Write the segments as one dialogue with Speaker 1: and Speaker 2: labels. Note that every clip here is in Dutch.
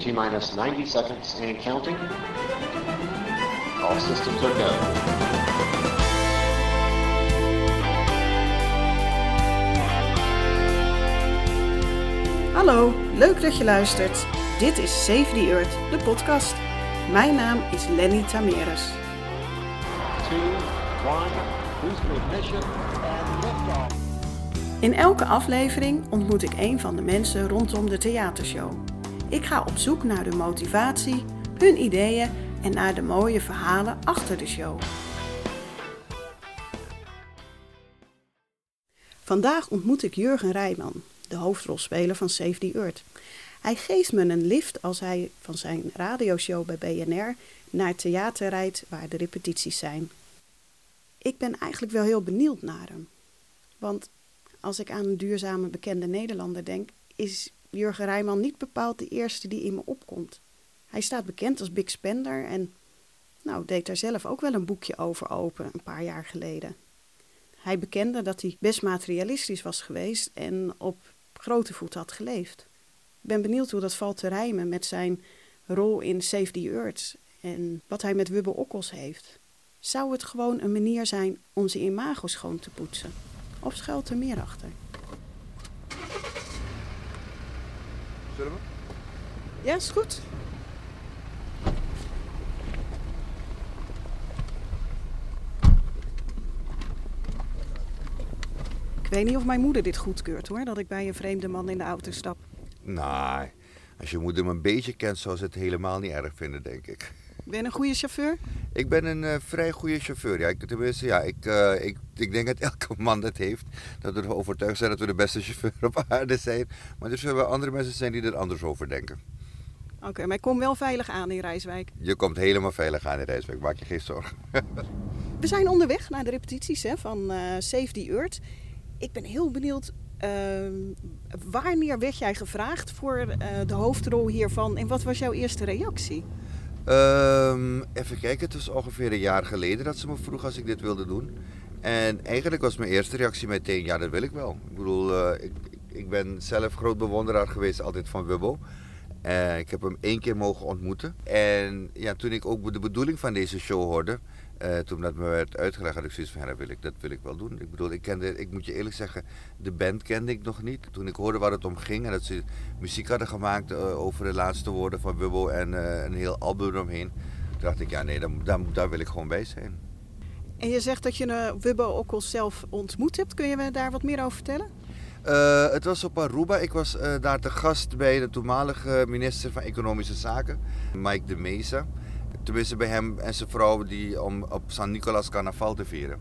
Speaker 1: T-minus 90 seconds and counting. All systems are go.
Speaker 2: Hallo, leuk dat je luistert. Dit is Save the Earth, de podcast. Mijn naam is Lenny Tameres.
Speaker 1: 2, 1, boost ignition and liftoff.
Speaker 2: In elke aflevering ontmoet ik een van de mensen rondom de theatershow. Ik ga op zoek naar de motivatie, hun ideeën en naar de mooie verhalen achter de show. Vandaag ontmoet ik Jurgen Rijman, de hoofdrolspeler van Save the Earth. Hij geeft me een lift als hij van zijn radioshow bij BNR naar het theater rijdt waar de repetities zijn. Ik ben eigenlijk wel heel benieuwd naar hem. Want als ik aan een duurzame bekende Nederlander denk, is Jurgen Rijman niet bepaald de eerste die in me opkomt. Hij staat bekend als big spender en deed daar zelf ook wel een boekje over open een paar jaar geleden. Hij bekende dat hij best materialistisch was geweest en op grote voet had geleefd. Ik ben benieuwd hoe dat valt te rijmen met zijn rol in Save the Earth en wat hij met Wubbo Okkels heeft. Zou het gewoon een manier zijn om zijn imago schoon te poetsen? Of schuilt er meer achter?
Speaker 3: Zullen we?
Speaker 2: Ja, is goed. Ik weet niet of mijn moeder dit goedkeurt hoor, dat ik bij een vreemde man in de auto stap.
Speaker 3: Nee, als je moeder me een beetje kent, zou ze het helemaal niet erg vinden, denk ik.
Speaker 2: Ben je een goede chauffeur?
Speaker 3: Ik ben een vrij goede chauffeur. Ja, ik denk dat elke man dat heeft. Dat we ervan overtuigd zijn dat we de beste chauffeur op aarde zijn. Maar er zullen wel andere mensen zijn die er anders over denken.
Speaker 2: Oké, maar ik kom wel veilig aan in Rijswijk.
Speaker 3: Je komt helemaal veilig aan in Rijswijk, maak je geen zorgen.
Speaker 2: We zijn onderweg naar de repetities van Save the Earth. Ik ben heel benieuwd, wanneer werd jij gevraagd voor de hoofdrol hiervan en wat was jouw eerste reactie?
Speaker 3: Even kijken, het was ongeveer een jaar geleden dat ze me vroeg als ik dit wilde doen. En eigenlijk was mijn eerste reactie meteen, ja dat wil ik wel. Ik bedoel, ik ben zelf groot bewonderaar geweest altijd van Wubbo. Ik heb hem 1 keer mogen ontmoeten. En ja, toen ik ook de bedoeling van deze show hoorde, toen dat me werd uitgelegd, had ik zoiets van, ja, dat wil ik wel doen. Ik bedoel, ik moet je eerlijk zeggen, de band kende ik nog niet. Toen ik hoorde waar het om ging en dat ze muziek hadden gemaakt over de laatste woorden van Wubbo en een heel album eromheen, toen dacht ik, ja nee, daar wil ik gewoon bij zijn.
Speaker 2: En je zegt dat je Wubbo Okkels zelf ontmoet hebt. Kun je me daar wat meer over vertellen?
Speaker 3: Het was op Aruba. Ik was daar te gast bij de toenmalige minister van Economische Zaken, Mike de Mesa. Tenminste bij hem en zijn vrouw die om op San Nicolas Carnaval te vieren.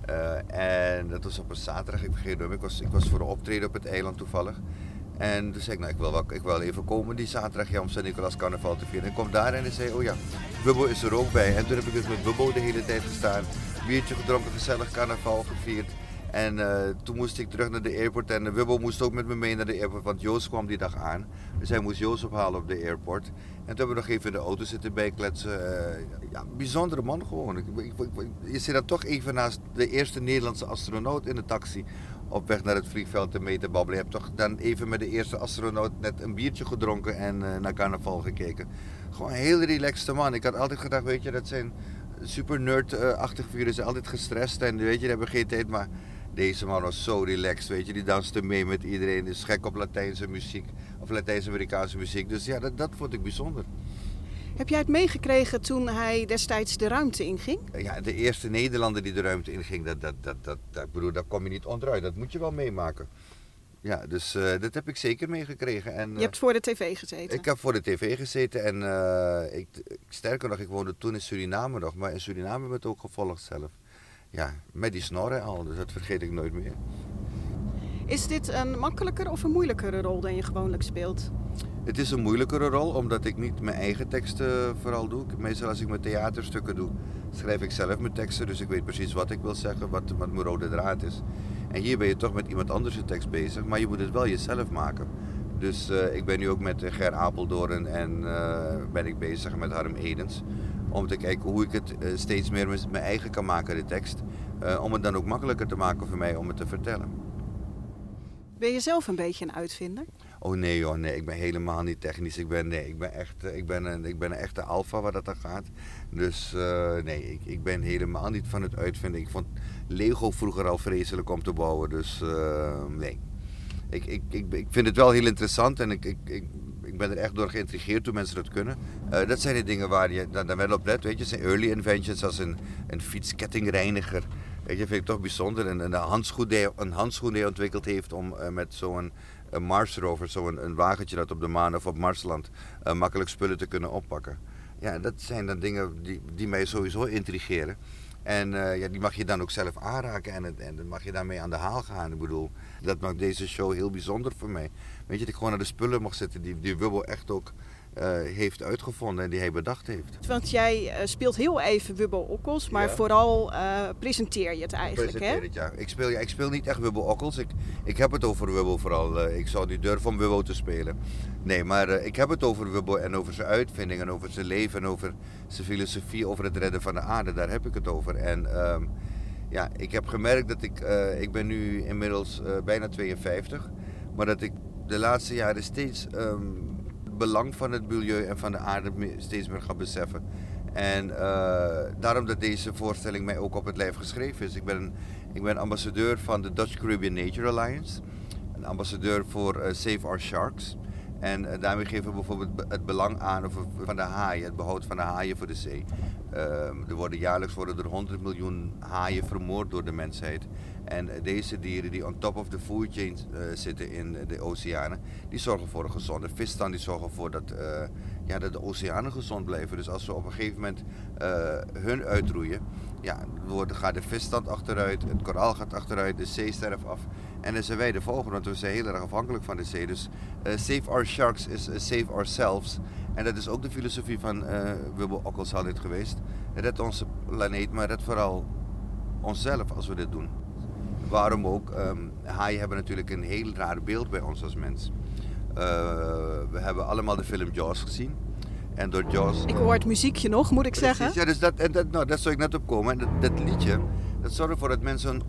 Speaker 3: En dat was op een zaterdag, ik vergeet het niet. Ik was voor een optreden op het eiland toevallig. En toen zei ik, ik wil even komen die zaterdag om San Nicolas Carnaval te vieren. En ik kwam daar en hij zei, oh ja, Wubbo is er ook bij. En toen heb ik dus met Wubbo de hele tijd gestaan. Biertje gedronken, gezellig carnaval gevierd. En toen moest ik terug naar de airport en Wubbo moest ook met me mee naar de airport, want Joost kwam die dag aan. Dus hij moest Joost ophalen op de airport. En toen hebben we nog even in de auto zitten bijkletsen. Bijzondere man gewoon. Je zit dan toch even naast de eerste Nederlandse astronaut in de taxi op weg naar het vliegveld mee te babbelen. Je hebt toch dan even met de eerste astronaut net een biertje gedronken en naar carnaval gekeken. Gewoon een heel relaxte man. Ik had altijd gedacht, weet je, dat zijn super nerd-achtige figuren, zijn altijd gestrest en weet je, die hebben geen tijd, maar deze man was zo relaxed, weet je, die danste mee met iedereen, is gek op Latijnse muziek, of Latijns-Amerikaanse muziek, dus ja, dat vond ik bijzonder.
Speaker 2: Heb jij het meegekregen toen hij destijds de ruimte inging?
Speaker 3: Ja, de eerste Nederlander die de ruimte inging, daar kom je niet onderuit, dat moet je wel meemaken. Ja, dus dat heb ik zeker meegekregen. En,
Speaker 2: je hebt voor de tv gezeten?
Speaker 3: Ik heb voor de tv gezeten en sterker nog, ik woonde toen in Suriname nog, maar in Suriname hebben we het ook gevolgd zelf. Ja, met die snorren al, dus dat vergeet ik nooit meer.
Speaker 2: Is dit een makkelijker of een moeilijkere rol dan je gewoonlijk speelt?
Speaker 3: Het is een moeilijkere rol, omdat ik niet mijn eigen teksten vooral doe. Meestal als ik mijn theaterstukken doe, schrijf ik zelf mijn teksten, dus ik weet precies wat ik wil zeggen, wat mijn rode draad is. En hier ben je toch met iemand anders de tekst bezig, maar je moet het wel jezelf maken. Dus ik ben nu ook met Ger Apeldoorn en ben ik bezig met Harm Edens. Om te kijken hoe ik het steeds meer mijn eigen kan maken, de tekst. Om het dan ook makkelijker te maken voor mij om het te vertellen.
Speaker 2: Ben je zelf een beetje een uitvinder?
Speaker 3: Oh nee, ik ben helemaal niet technisch. Ik ben een echte alfa waar dat aan gaat. Dus nee, ik ben helemaal niet van het uitvinden. Ik vond Lego vroeger al vreselijk om te bouwen. Dus nee. Ik vind het wel heel interessant en ik ben er echt door geïntrigeerd hoe mensen dat kunnen. Dat zijn de dingen waar je dan wel op let. Weet je, zijn early inventions als een fietskettingreiniger. Weet je, vind ik toch bijzonder. Een handschoen die hij ontwikkeld heeft om met zo'n Mars rover, zo'n wagentje dat op de maan of op Marsland makkelijk spullen te kunnen oppakken. Ja, dat zijn dan dingen die mij sowieso intrigeren. En die mag je dan ook zelf aanraken en dan mag je daarmee aan de haal gaan. Ik bedoel, dat maakt deze show heel bijzonder voor mij. Weet je, dat ik gewoon naar de spullen mag zitten die Wubbo echt ook heeft uitgevonden en die hij bedacht heeft.
Speaker 2: Want jij speelt heel even Wubbo Okkels, maar vooral presenteer je het eigenlijk, hè?
Speaker 3: Het, ja. Ik speel niet echt Wubbo Okkels. Ik heb het over Wubbo vooral. Ik zou niet durven om Wubbo te spelen. Nee, maar ik heb het over Wubbo en over zijn uitvindingen, over zijn leven en over zijn filosofie, over het redden van de aarde. Daar heb ik het over. En ik heb gemerkt dat ik ben nu inmiddels bijna 52, maar dat ik de laatste jaren steeds het belang van het milieu en van de aarde steeds meer ga beseffen. En daarom dat deze voorstelling mij ook op het lijf geschreven is. Ik ben ambassadeur van de Dutch Caribbean Nature Alliance. Een ambassadeur voor Save Our Sharks. En daarmee geven we bijvoorbeeld het belang aan van de haaien, het behoud van de haaien voor de zee. Jaarlijks worden er 100 miljoen haaien vermoord door de mensheid. En deze dieren die on top of the food chain zitten in de oceanen, die zorgen voor een gezonde visstand, die zorgen ervoor dat de oceanen gezond blijven. Dus als we op een gegeven moment hun uitroeien, gaat de visstand achteruit, het koraal gaat achteruit, de zee sterft af. En dan zijn wij de volgende, want we zijn heel erg afhankelijk van de zee. Dus Save Our Sharks is Save Ourselves. En dat is ook de filosofie van Wubbo Okkels altijd geweest. Red onze planeet, maar red vooral onszelf als we dit doen. Waarom ook? Haaien hebben natuurlijk een heel raar beeld bij ons als mens. We hebben allemaal de film Jaws gezien. En door Jaws...
Speaker 2: Ik hoor het muziekje nog, moet ik zeggen.
Speaker 3: Ja, dus dat zou ik net op komen. En dat liedje, dat zorgt ervoor dat mensen een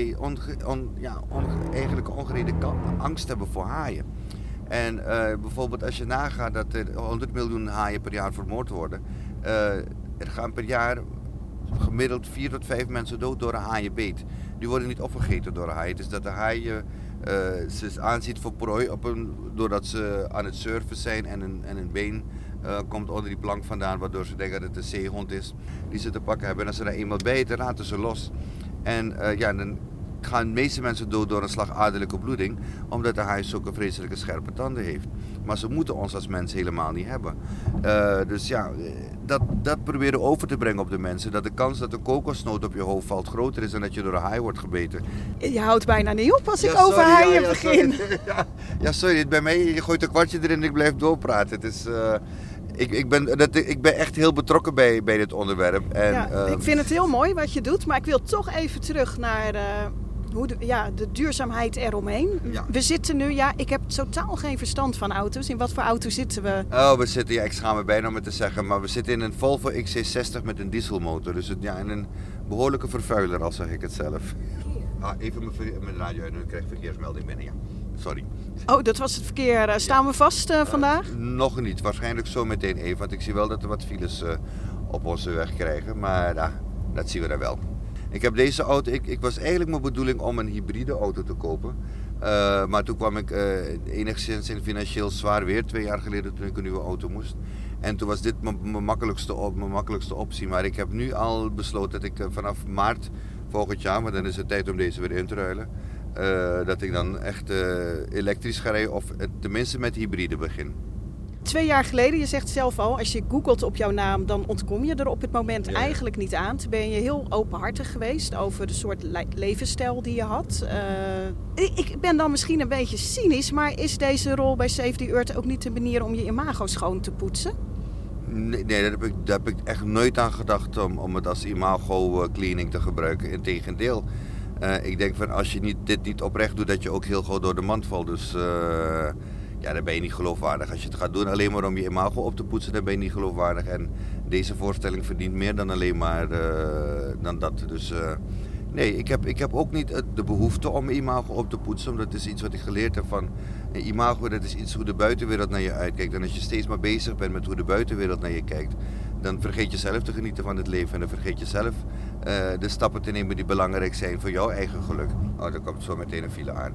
Speaker 3: ongereden angst hebben voor haaien. En bijvoorbeeld als je nagaat dat er 100 miljoen haaien per jaar vermoord worden. Er gaan per jaar gemiddeld 4 tot 5 mensen dood door een haaienbeet. Die worden niet opgegeten door een haai. Het is dat de haai ze aanziet voor prooi doordat ze aan het surfen zijn en een been komt onder die plank vandaan, waardoor ze denken dat het een zeehond is die ze te pakken hebben. En als ze daar eenmaal bijten, laten ze los. En dan gaan de meeste mensen dood door een slagaderlijke bloeding, omdat de haai zulke vreselijke scherpe tanden heeft. Maar ze moeten ons als mens helemaal niet hebben. Dus dat proberen over te brengen op de mensen. Dat de kans dat de kokosnoot op je hoofd valt groter is dan dat je door een haai wordt gebeten.
Speaker 2: Je houdt bijna niet op als ik over haaien begin.
Speaker 3: Sorry. Bij mij, je gooit een kwartje erin en ik blijf doorpraten. Het is... Ik ben echt heel betrokken bij dit onderwerp. En,
Speaker 2: ik vind het heel mooi wat je doet, maar ik wil toch even terug naar de duurzaamheid eromheen. Ja. We zitten nu, ik heb totaal geen verstand van auto's. In wat voor auto zitten we?
Speaker 3: We zitten, ik schaam me bijna om het te zeggen, maar we zitten in een Volvo XC60 met een dieselmotor. Dus in een behoorlijke vervuiler, al zeg ik het zelf. Even mijn radio uit en dan krijg ik verkeersmelding binnen, ja. Sorry.
Speaker 2: Oh, dat was het verkeer. Staan we vast vandaag?
Speaker 3: Nog niet. Waarschijnlijk zo meteen even. Want ik zie wel dat er wat files op onze weg krijgen. Maar dat zien we dan wel. Ik heb deze auto... Ik was eigenlijk mijn bedoeling om een hybride auto te kopen. Maar toen kwam ik enigszins in financieel zwaar weer. 2 jaar geleden toen ik een nieuwe auto moest. En toen was dit mijn makkelijkste optie. Maar ik heb nu al besloten dat ik vanaf maart volgend jaar... maar dan is het tijd om deze weer in te ruilen... dat ik dan echt elektrisch ga rijden of tenminste met hybride begin.
Speaker 2: 2 jaar geleden, je zegt zelf al, als je googelt op jouw naam, dan ontkom je er op het moment eigenlijk niet aan. Toen ben je heel openhartig geweest over de soort levensstijl die je had. Ik ben dan misschien een beetje cynisch, maar is deze rol bij Save the Earth ook niet de manier om je imago schoon te poetsen?
Speaker 3: Nee, daar heb ik echt nooit aan gedacht om het als imago cleaning te gebruiken. Integendeel. Ik denk van als je dit niet oprecht doet, dat je ook heel gauw door de mand valt. Dus dan ben je niet geloofwaardig. Als je het gaat doen alleen maar om je imago op te poetsen, dan ben je niet geloofwaardig. En deze voorstelling verdient meer dan alleen maar dan dat. Dus nee, ik heb ook niet de behoefte om mijn imago op te poetsen. Omdat het is iets wat ik geleerd heb van Imago, dat is iets hoe de buitenwereld naar je uitkijkt. En als je steeds maar bezig bent met hoe de buitenwereld naar je kijkt, dan vergeet je zelf te genieten van het leven. En dan vergeet je zelf de stappen te nemen die belangrijk zijn voor jouw eigen geluk. Oh, dan komt zo meteen een file aan.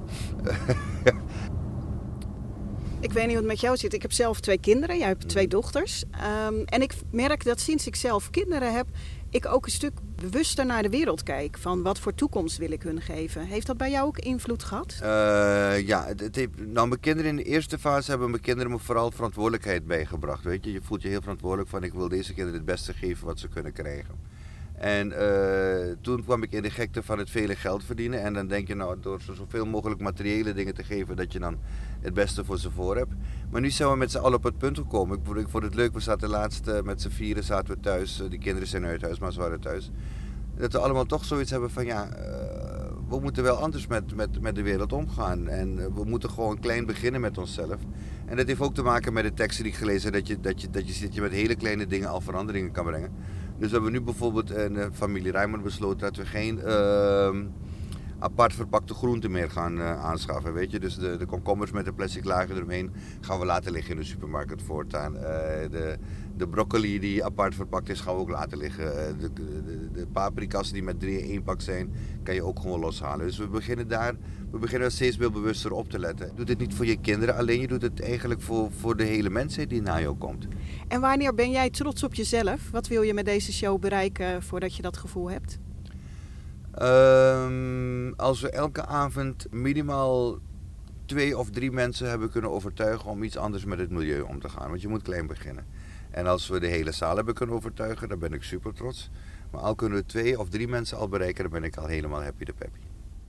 Speaker 2: Ik weet niet hoe het met jou zit. Ik heb zelf 2 kinderen. Jij hebt 2 dochters. En ik merk dat sinds ik zelf kinderen heb, ik ook een stuk bewuster naar de wereld kijk. Van wat voor toekomst wil ik hun geven. Heeft dat bij jou ook invloed gehad?
Speaker 3: Ja, mijn kinderen in de eerste fase hebben mijn kinderen me vooral verantwoordelijkheid bijgebracht. Weet je voelt je heel verantwoordelijk van ik wil deze kinderen het beste geven wat ze kunnen krijgen. En toen kwam ik in de gekte van het vele geld verdienen. En dan denk je door ze zoveel mogelijk materiële dingen te geven, dat je dan het beste voor ze voor hebt. Maar nu zijn we met z'n allen op het punt gekomen. Ik vond het leuk, we zaten laatst met z'n 4 zaten we thuis. De kinderen zijn uit huis, maar ze waren thuis. Dat we allemaal toch zoiets hebben van we moeten wel anders met de wereld omgaan. En we moeten gewoon klein beginnen met onszelf. En dat heeft ook te maken met de teksten die ik gelezen heb, dat je met hele kleine dingen al veranderingen kan brengen. Dus we hebben nu bijvoorbeeld in de familie Rijmond besloten dat we geen apart verpakte groenten meer gaan aanschaffen. Weet je? Dus de komkommers met een plastic laagje eromheen gaan we laten liggen in de supermarkt voortaan. De broccoli die apart verpakt is, gaan we ook laten liggen. De paprika's die met 3 in 1 pak zijn, kan je ook gewoon loshalen. Dus we beginnen steeds veel bewuster op te letten. Je doet het niet voor je kinderen alleen, je doet het eigenlijk voor de hele mensheid die na jou komt.
Speaker 2: En wanneer ben jij trots op jezelf? Wat wil je met deze show bereiken voordat je dat gevoel hebt?
Speaker 3: Als we elke avond minimaal 2 of 3 mensen hebben kunnen overtuigen om iets anders met het milieu om te gaan. Want je moet klein beginnen. En als we de hele zaal hebben kunnen overtuigen, dan ben ik super trots. Maar al kunnen we 2 of 3 mensen al bereiken, dan ben ik al helemaal happy de peppy.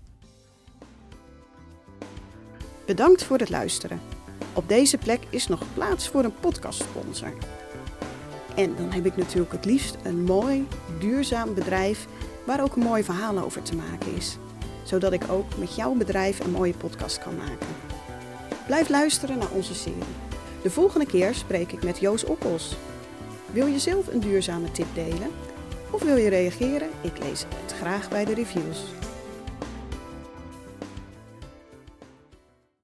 Speaker 2: Bedankt voor het luisteren. Op deze plek is nog plaats voor een podcastsponsor. En dan heb ik natuurlijk het liefst een mooi, duurzaam bedrijf waar ook een mooi verhaal over te maken is. Zodat ik ook met jouw bedrijf een mooie podcast kan maken. Blijf luisteren naar onze serie. De volgende keer spreek ik met Joost Oppels. Wil je zelf een duurzame tip delen? Of wil je reageren? Ik lees het graag bij de reviews.